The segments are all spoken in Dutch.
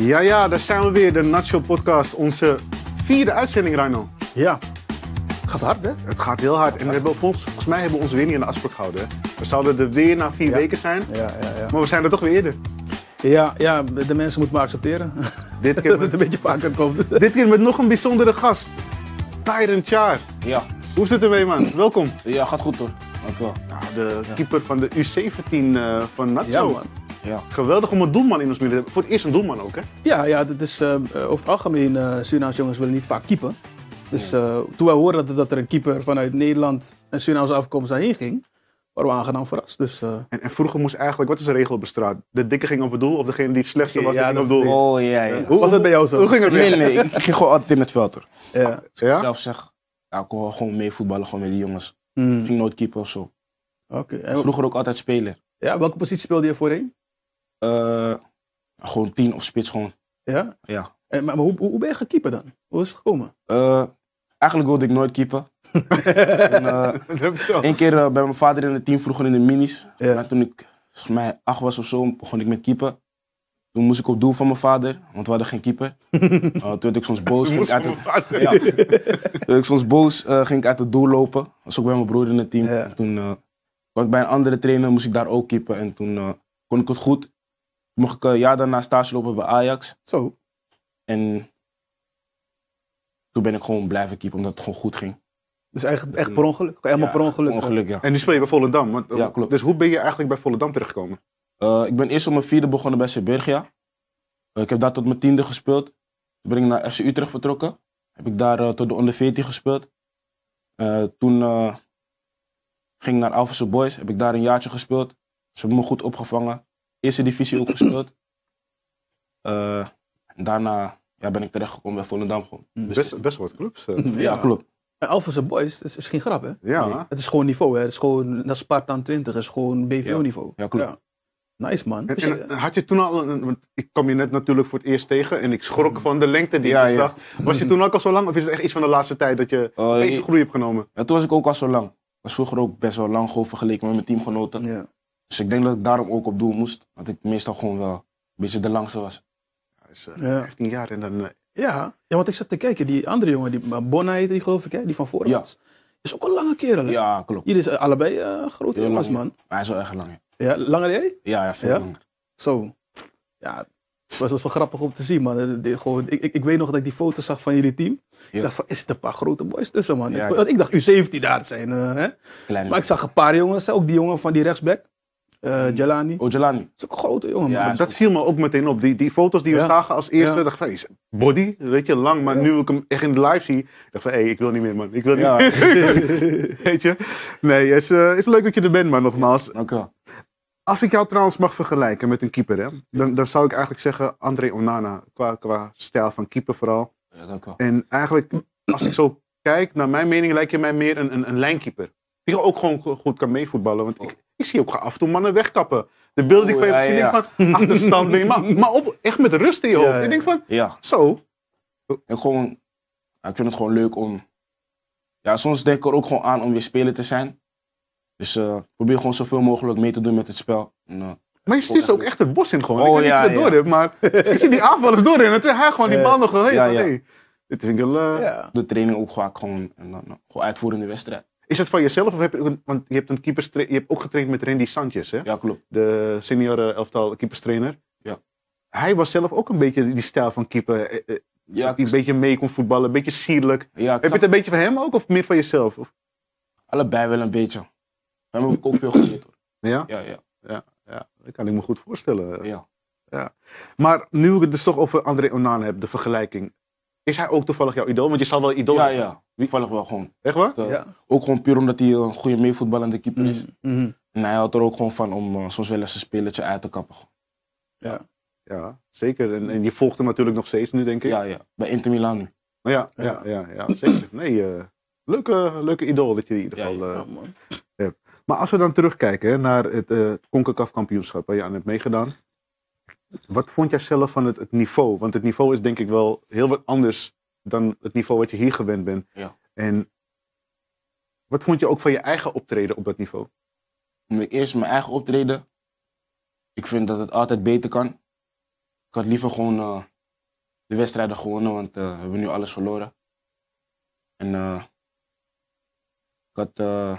Ja, daar zijn we weer, de Nacho Podcast. Onze 4e uitzending, Rino. Ja, het gaat hard, hè? Het gaat heel hard. En we hebben, volgens mij hebben we ons weer niet in de afspraak gehouden. Hè? We zouden er weer na 4 weken zijn. Ja. Maar we zijn er toch weer eerder. Ja, de mensen moeten maar accepteren. Dit keer dat het een beetje vaker komt. Dit keer met nog een bijzondere gast. Tyron Tjaar. Ja. Hoe zit het ermee, man? Welkom. Ja, gaat goed hoor. Dankjewel. De keeper van de U17 van Nacho. Ja, man. Ja. Geweldig om een doelman in ons midden te hebben. Voor het eerst een doelman ook, hè? Ja, dat is over het algemeen, Surinaamse jongens willen niet vaak keepen. Dus toen wij hoorden dat er een keeper vanuit Nederland en Surinaamse afkomst daarheen ging, waren we aangenaam verrast. Dus, En vroeger moest eigenlijk, wat is de regel op de straat? De dikke ging op het doel of degene die het slechtste was, Ja, die ging op dat het is- doel? Oh ja. hoe was het bij jou zo? Hoe ging het? Nee, ik ging gewoon altijd in het veld hoor. Ja. Als ik Ja? zelf zeg, ja, ik wil gewoon mee voetballen gewoon met die jongens. Ik Mm. ging nooit keeper of zo. Oké. En Vroeger ook altijd speler. ja, welke positie speelde je voorheen? Gewoon 10 of spits gewoon. Ja? Ja. Maar hoe ben je gekeeper dan? Hoe is het gekomen? Eigenlijk wilde ik nooit keeper. En, Dat heb ik toch. Eén keer bij mijn vader in het team, vroeger in de minis. Ja. Maar toen ik volgens mij 8 was of zo, begon ik met keeper. Toen moest ik op doel van mijn vader, want we hadden geen keeper. Toen werd ik soms boos. Ging ik uit het, ja. Toen werd ik soms boos, ging ik uit het doel lopen. Dat was ook bij mijn broer in het team. Ja. En toen kwam ik bij een andere trainer, moest ik daar ook keeper. En toen kon ik het goed. Toen mocht ik een jaar daarna stage lopen bij Ajax. Zo. En toen ben ik gewoon blijven keeper, omdat het gewoon goed ging. Dus eigenlijk echt per ongeluk? Helemaal Ja, per ongeluk? Ongeluk, ja. En nu speel je bij Volendam. Want, Ja, klopt. Dus hoe ben je eigenlijk bij Volendam terechtgekomen? Ik ben eerst op mijn 4e begonnen bij Sebergia. Ik heb daar tot mijn 10e gespeeld. Toen ben ik naar FC Utrecht vertrokken. Heb ik daar tot de onder 14 gespeeld. Toen ging ik naar Alphense Boys. Heb ik daar een jaartje gespeeld. Ze hebben me goed opgevangen. Eerste divisie ook gespeeld. Daarna ben ik terechtgekomen bij Volendam gewoon. Dus Best wel wat clubs. ja, klopt. En Alphense Boys, dat is geen grap, hè? Ja. Nee. Het is gewoon niveau, hè? Het is gewoon, dat is Spartaan 20, het is gewoon BVO-niveau. Ja, klopt. Nice, man. Dus En had je toen al, want ik kwam je net natuurlijk voor het eerst tegen en ik schrok van de lengte die Ja, je ja. zag. Was je toen ook al zo lang of is het echt iets van de laatste tijd dat je deze groei hebt genomen? Ja, toen was ik ook al zo lang. Ik was vroeger ook best wel lang gewoon vergeleken met mijn teamgenoten. ja. Dus ik denk dat ik daarom ook op doel moest. Dat ik meestal gewoon wel een beetje de langste was. Hij is Ja. 15 jaar en dan... Ja, want ik zat te kijken, die andere jongen, die Bonna heette die geloof ik, hè? Die van voren Ja. was. Is ook een lange kerel, hè? Ja, klopt. Jullie zijn allebei grote Heel jongens, lang, man. Maar hij is wel echt lang. Ja, Ja, langer jij? ja veel Ja? langer. Zo. Ja, het was wel grappig om te zien, man. Ik weet nog dat ik die foto's zag van jullie team. Ik Ja. dacht van, is het een paar grote boys tussen, man? Ja, Ik dacht U17 daar zijn, hè? Klein. Maar ik zag een paar jongens, ook die jongen van die rechtsback. Jelani. Dat Ojalani. is ook een grote jongen, Ja, man. Dat viel me ook meteen op. Die foto's die we Ja. zagen als eerste, Ja. dacht ik van, is body, weet je, lang. Maar nu ik hem echt in de live zie, dacht ik van, ik wil niet meer, man. Ik wil niet Ja. meer. Weet je? Nee, het is leuk dat je er bent, maar nogmaals. Dankjewel. Als ik jou trouwens mag vergelijken met een keeper, hè, dan zou ik eigenlijk zeggen André Onana. Qua stijl van keeper vooral. Ja, dankjewel. En eigenlijk, als ik zo kijk, naar mijn mening lijkt je mij meer een lijnkeeper. Die ook gewoon goed kan meevoetballen. Want ik zie ook af en toe mannen wegkappen. De beelden die ik van je heb gezien, denk ik van achterstand ben je. Maar echt met rust in je hoofd. Ja, ja. Ik denk van, Ja. zo. En gewoon, ik vind het gewoon leuk om... Ja, soms denk ik er ook gewoon aan om weer speler te zijn. Dus probeer gewoon zoveel mogelijk mee te doen met het spel. En, Maar je stuurt ze ook echt het bos in gewoon. Oh, Ik weet niet of je ja, dat door hebt, maar ik zie die aanvallers door en terwijl hij gewoon die bal nog Ja, ja. Dit vind ik wel... Ja. de training ook vaak gewoon, en dan gewoon uitvoeren in de wedstrijd. Is het van jezelf of heb je... Want je hebt, je hebt ook getraind met Randy Sanchez, hè? Ja, klopt. De senior elftal keeperstrainer. Ja. Hij was zelf ook een beetje die stijl van keeper. Ja, Die een beetje mee kon voetballen, een beetje sierlijk. ja, Heb je het een beetje van hem ook of meer van jezelf? Of? allebei wel een beetje. We hebben ook veel geleerd hoor. Ja? Ja. Dat kan ik me goed voorstellen. Ja. Maar nu ik het dus toch over André Onana heb, de vergelijking. Is hij ook toevallig jouw idool? Want je zal wel idool Ja, hebben. ja. Toevallig wel gewoon. Echt waar? Ja. Ook gewoon puur omdat hij een goede meevoetballende keeper is. Mhm. En hij houdt er ook gewoon van om soms wel eens een spelertje uit te kappen. Ja. Ja, zeker. En je volgt hem natuurlijk nog steeds nu, denk ik. Ja, ja. Bij Inter Milan nu. Maar ja, zeker. Nee, leuke idool dat je in ieder Ja, geval Ja, man. hebt. Maar als we dan terugkijken hè, naar het CONCACAF kampioenschap waar je aan hebt meegedaan. Wat vond jij zelf van het niveau? Want het niveau is denk ik wel heel wat anders dan het niveau wat je hier gewend bent. Ja. En wat vond je ook van je eigen optreden op dat niveau? Eerst mijn eigen optreden. Ik vind dat het altijd beter kan. Ik had liever gewoon de wedstrijden gewonnen, want we hebben nu alles verloren. En ik had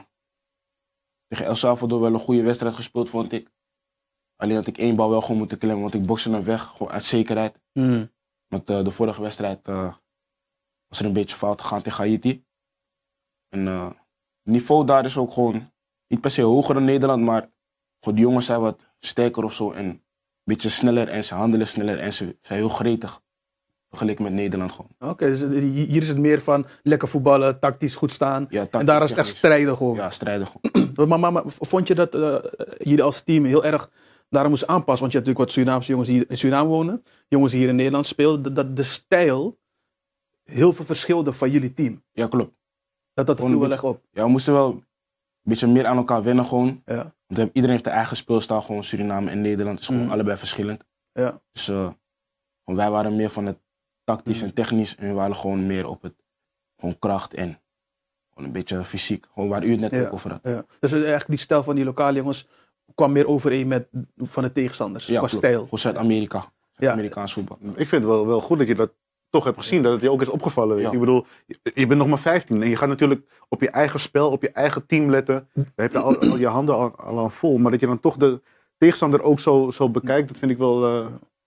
tegen El Salvador wel een goede wedstrijd gespeeld, vond ik. Alleen had ik 1 bal wel gewoon moeten klemmen, want ik bokste hem weg, gewoon uit zekerheid. Met de vorige wedstrijd was er een beetje fout gegaan tegen Haiti. En het niveau daar is ook gewoon niet per se hoger dan Nederland, maar gewoon de jongens zijn wat sterker of zo en een beetje sneller en ze handelen sneller en ze zijn heel gretig. Vergeleken met Nederland gewoon. Oké, dus hier is het meer van lekker voetballen, tactisch goed staan. Ja, en daar is het echt strijden gewoon. Ja, strijden gewoon. maar vond je dat jullie als team heel erg daarom moesten aanpassen? Want je hebt natuurlijk wat Surinaamse jongens die hier in Suriname wonen. Jongens die hier in Nederland speelden. Dat de stijl heel veel verschilde van jullie team. Ja, klopt. Dat viel wel echt op. Ja, we moesten wel een beetje meer aan elkaar wennen gewoon. Ja. Want iedereen heeft de eigen speelstijl, gewoon Suriname en Nederland. is gewoon allebei verschillend. Ja. Dus wij waren meer van het tactisch en technisch. En we waren gewoon meer op het gewoon kracht en gewoon een beetje fysiek. Gewoon waar u het net ook over had. Ja. Dus eigenlijk die stijl van die lokale jongens kwam meer overeen met van de tegenstanders. Ja, qua stijl. Gewoon Zuid-Amerika. Amerikaans voetbal. Ik vind het wel goed dat je dat toch hebt gezien, dat het je ook is opgevallen. Weet je. Ik bedoel, je bent nog maar 15 en je gaat natuurlijk op je eigen spel, op je eigen team letten. Daar heb je al je handen al aan vol. Maar dat je dan toch de tegenstander ook zo bekijkt, dat vind ik wel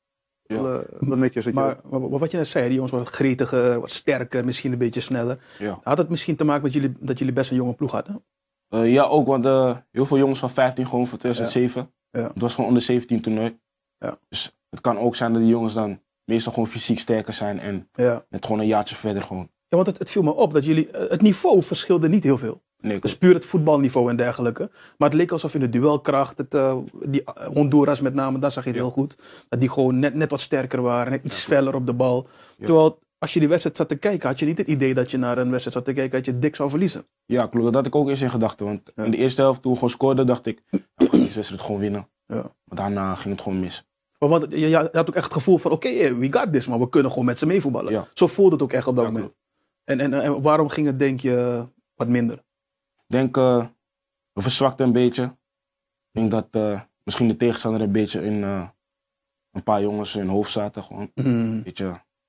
netjes. Maar wat je net zei, die jongens wat gretiger, wat sterker, misschien een beetje sneller. Ja. Had het misschien te maken met dat jullie best een jonge ploeg hadden? Ja, ook, want heel veel jongens van 15 gewoon van 2007. Ja. Het was gewoon onder 17 toernooi. Ja. Dus het kan ook zijn dat die jongens dan meestal gewoon fysiek sterker zijn en net gewoon een jaartje verder gewoon. Ja, want het viel me op dat jullie, het niveau verschilde niet heel veel. Nee, dus puur het voetbalniveau en dergelijke. Maar het leek alsof in de duelkracht, die Honduras met name, daar zag je het heel goed. Dat die gewoon net wat sterker waren, net iets feller op de bal. Ja. Terwijl als je die wedstrijd zat te kijken, had je niet het idee dat je naar een wedstrijd zat te kijken dat je dik zou verliezen. Ja, klopt. Dat had ik ook eerst in gedachten. Want in de eerste helft, toen we gewoon scoorden, dacht ik, we gaan deze wedstrijd gewoon winnen. Ja. Maar daarna ging het gewoon mis. Want je had ook echt het gevoel van, oké, we got this, maar we kunnen gewoon met ze meevoetballen. Ja. Zo voelde het ook echt op dat moment. En waarom ging het, denk je, wat minder? Ik denk, we verzwakten een beetje. Ik denk dat misschien de tegenstander een beetje in een paar jongens in hun hoofd zaten. Gewoon. Een beetje,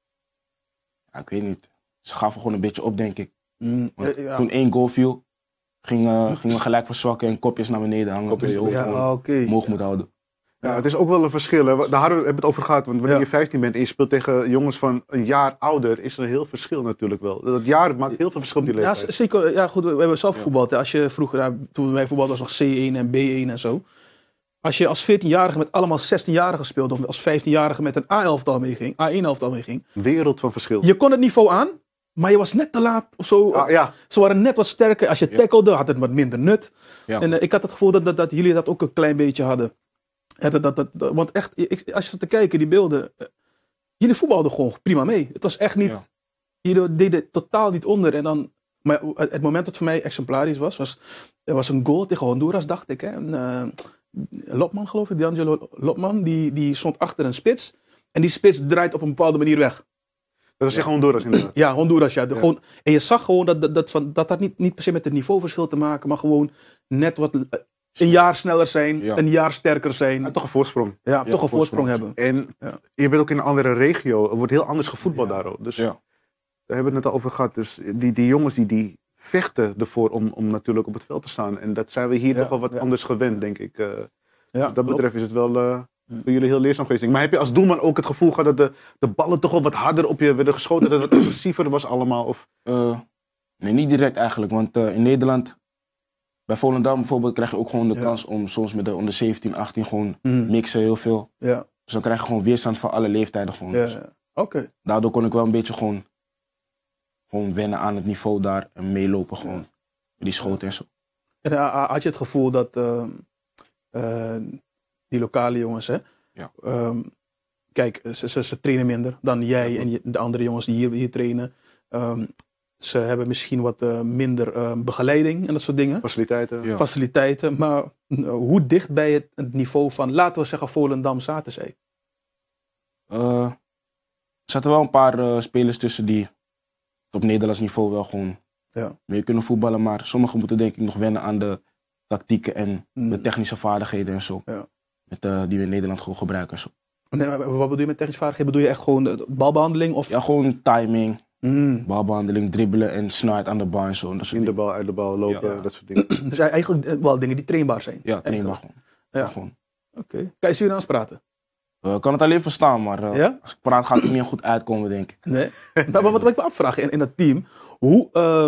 ja, ik weet niet. Ze gaven gewoon een beetje op, denk ik. Toen 1 goal viel, gingen we gelijk verzwakken en kopjes naar beneden hangen. Kopjes je hoofd omhoog moet houden. Ja, het is ook wel een verschil. Hè. Daar hebben we het over gehad. Want wanneer je 15 bent en je speelt tegen jongens van een jaar ouder, is er een heel verschil natuurlijk wel. Dat jaar maakt heel veel verschil op die leeftijd. Ja, zeker. Ja, goed, we hebben zelf gevoetbald. Hè. Als je vroeger, toen wij voetbalden, was nog C1 en B1 en zo. Als je als 14-jarige met allemaal 16-jarigen speelde, of als 15-jarige met een A-elftal meeging, A1-elftal meeging. Wereld van verschil. Je kon het niveau aan, maar je was net te laat of zo. Ze waren net wat sterker. Als je tackelde, had het wat minder nut. Ja. En ik had het gevoel dat jullie dat ook een klein beetje hadden. Want echt, als je zat te kijken, die beelden. Jullie voetbalden gewoon prima mee. Het was echt niet. Jullie deden totaal niet onder. En dan, maar het moment dat voor mij exemplarisch was een goal tegen Honduras, dacht ik. Hè. Lopman, geloof ik, D'Angelo Lopman, die stond achter een spits. En die spits draait op een bepaalde manier weg. Dat is tegen Honduras inderdaad. Ja, Honduras, ja. Gewoon, en je zag gewoon dat had niet per se met het niveauverschil te maken, maar gewoon net wat. Een jaar sneller zijn, een jaar sterker zijn. Ja, toch een voorsprong. Ja, toch een voorsprong hebben. En je bent ook in een andere regio. Er wordt heel anders gevoetbald daar ook. Dus daar hebben we het net al over gehad. Dus die jongens die vechten ervoor om natuurlijk op het veld te staan. En dat zijn we hier toch wel wat anders gewend, denk ik. Dus dat betreft is het wel voor jullie heel leerzaam geweest. Maar heb je als doelman ook het gevoel gehad dat de ballen toch wel wat harder op je werden geschoten? Dat het wat agressiever was allemaal? Of? Nee, niet direct eigenlijk. Want in Nederland... Bij Volendam bijvoorbeeld krijg je ook gewoon de kans om soms met de onder 17, 18 gewoon mixen heel veel. Ja. Dus dan krijg je gewoon weerstand van alle leeftijden gewoon. Ja, ja. Okay. Daardoor kon ik wel een beetje gewoon wennen aan het niveau daar en meelopen gewoon. Met die schoten en zo. En had je het gevoel dat die lokale jongens, hè? Ja. Kijk, ze trainen minder dan jij en de andere jongens die hier trainen. Ze hebben misschien wat minder begeleiding en dat soort dingen. Faciliteiten. Maar hoe dicht bij het niveau van, laten we zeggen, Volendam zaten zij? Er zaten wel een paar spelers tussen die op Nederlands niveau wel gewoon mee kunnen voetballen. Maar sommigen moeten denk ik nog wennen aan de tactieken en de technische vaardigheden en zo. Ja. Die we in Nederland gewoon gebruiken en zo. Nee, wat bedoel je met technische vaardigheden? Bedoel je echt gewoon balbehandeling? Of? Ja, gewoon timing, balbehandeling, dribbelen en snelheid aan de bal en zo. In de bal, uit de bal lopen, dat soort dingen. Dus eigenlijk wel dingen die trainbaar zijn? Ja, trainbaar gewoon. Ja. Oké. Kan je Surinaams praten? Ik kan het alleen verstaan, maar als ik praat gaat het niet goed uitkomen, denk ik. Nee? Maar wat ik me afvraag in dat team, hoe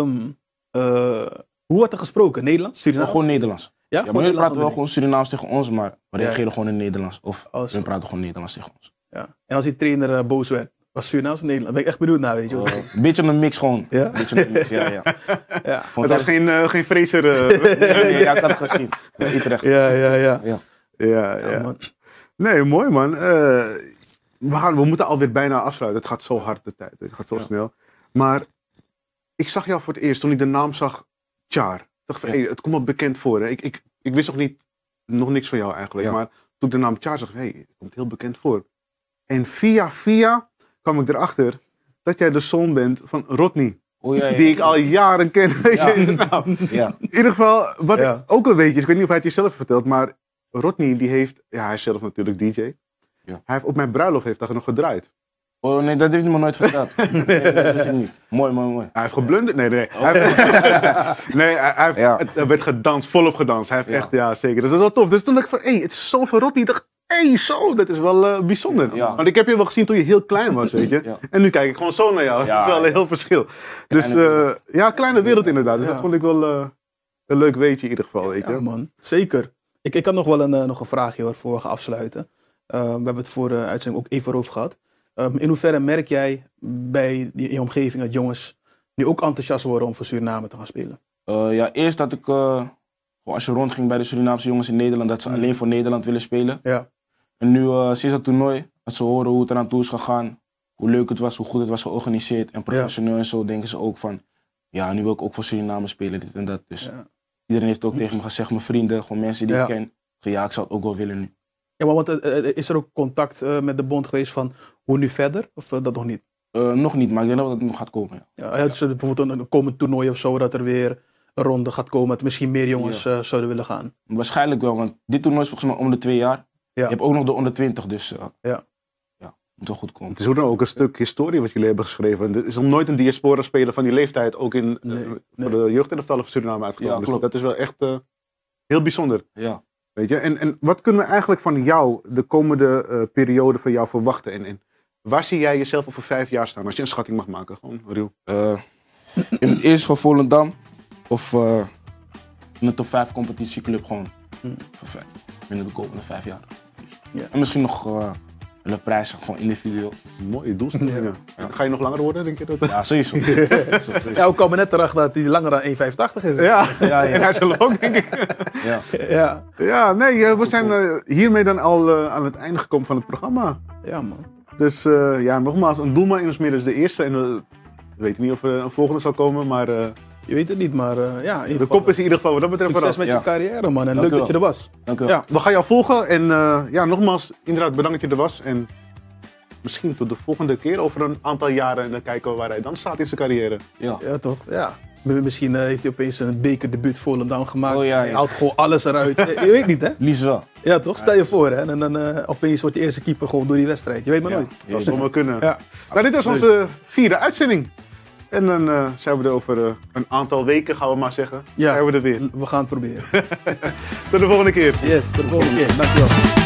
wordt er gesproken? Nederlands? Surinaams? Gewoon Nederlands. Ja, maar jullie praten wel gewoon Surinaams tegen ons, maar we reageren gewoon in Nederlands. Of we praten gewoon Nederlands tegen ons. Ja. En als die trainer boos werd, was Surinaams of Nederlands? Ben ik echt benieuwd naar, weet je wel. Een beetje een mix gewoon. Ja? Een beetje een mix, ja. Het was geen Fraser. Nee, ik had het gezien. Utrecht. Ja, man. Nee, mooi man. We moeten alweer bijna afsluiten. Het gaat zo hard de tijd. Het gaat zo snel. Maar ik zag jou voor het eerst toen ik de naam zag. Tjaar. Ik dacht van, het komt me bekend voor. Hè. Ik wist nog niks van jou eigenlijk. Maar toen ik de naam Tjaar zag, het komt heel bekend voor. En via kwam ik erachter dat jij de zoon bent van Rodney. Die ik al jaren ken. Weet je? Nou, in ieder geval, wat ik ook een beetje is, ik weet niet of hij het jezelf vertelt, maar Rodney die heeft, hij is zelf natuurlijk DJ. Ja. Hij heeft op mijn bruiloft heeft nog gedraaid. Oh nee, dat heeft hij me nooit verteld. Nee, dat is het niet. Mooi. Hij heeft geblunderd? Nee. Er werd gedanst, volop gedanst. Hij heeft echt, zeker. Dus dat is wel tof. Dus toen dacht ik van, het is zoon van Rodney. Ik dacht, zo, dat is wel bijzonder. Ja. Want ik heb je wel gezien toen je heel klein was, weet je. Ja. En nu kijk ik gewoon zo naar jou. Dat is wel een heel verschil. Dus kleine wereld inderdaad. Dus dat vond ik wel een leuk weetje in ieder geval, weet je. Ja man, zeker. Ik had nog wel nog een vraagje hoor, voor we gaan afsluiten. We hebben het voor de uitzending ook even over gehad. In hoeverre merk jij bij je omgeving dat jongens nu ook enthousiast worden om voor Suriname te gaan spelen? Eerst dat ik, als je rondging bij de Surinaamse jongens in Nederland, dat ze alleen voor Nederland willen spelen. Ja. En nu sinds dat toernooi, dat ze horen hoe het eraan toe is gegaan, hoe leuk het was, hoe goed het was georganiseerd en professioneel en zo, denken ze ook van, nu wil ik ook voor Suriname spelen, dit en dat. Dus iedereen heeft ook tegen me gezegd, mijn vrienden, gewoon mensen die ik ken, ik zou het ook wel willen nu. Ja, maar want, is er ook contact met de bond geweest van hoe nu verder? Of dat nog niet? Nog niet, maar ik denk dat het nog gaat komen. Dus bijvoorbeeld een komend toernooi of zo, dat er weer een ronde gaat komen, dat misschien meer jongens zouden willen gaan? Waarschijnlijk wel, want dit toernooi is volgens mij om de 2 jaar. Ja. Je hebt ook nog de onder 20, dus moet wel goed komen. Het is ook nog ook een stuk historie wat jullie hebben geschreven. Er is nog nooit een diaspora-speler van die leeftijd ook voor de jeugdelftallen van Suriname uitgekomen. Dus dat is wel echt heel bijzonder. Ja. Weet je? En wat kunnen we eigenlijk van jou de komende periode van jou verwachten? En waar zie jij jezelf over 5 jaar staan? Als je een schatting mag maken, gewoon Riel. In het eerste van Volendam of in de top 5 competitieclub gewoon. Binnen de komende 5 jaar. Ja. En misschien nog een prijs, gewoon individueel. Mooie doelstellingen. Ja. Ga je nog langer worden, denk je dat? Ja, sowieso. We komen net erachter dat hij langer dan 1,85 is. Ja, en hij zelf ook, denk ik. We zijn hiermee dan al aan het einde gekomen van het programma. Ja, man. Dus nogmaals, een doelman in ons midden is de eerste. En we weten niet of er een volgende zal komen, maar... Je weet het niet, maar de kop is in ieder geval wat dat betreft succes met je carrière, man. En leuk dat je er was. Dank u wel. We gaan jou volgen. En nogmaals, inderdaad bedankt dat je er was. En misschien tot de volgende keer over een aantal jaren. En dan kijken we waar hij dan staat in zijn carrière. Ja toch? Ja. Misschien heeft hij opeens een bekerdebuut Volendam gemaakt. Hij haalt gewoon alles eruit. Je weet niet, hè? Liefst wel. Ja, toch? Stel je voor, hè? En dan opeens wordt de eerste keeper gewoon door die wedstrijd. Je weet maar nooit. Dat zou wel kunnen. Ja. Nou, dit was onze 4e uitzending. En dan zijn we er over een aantal weken, gaan we maar zeggen. Zijn we er weer. We gaan het proberen. Tot de volgende keer. Yes, tot de volgende keer. Dankjewel.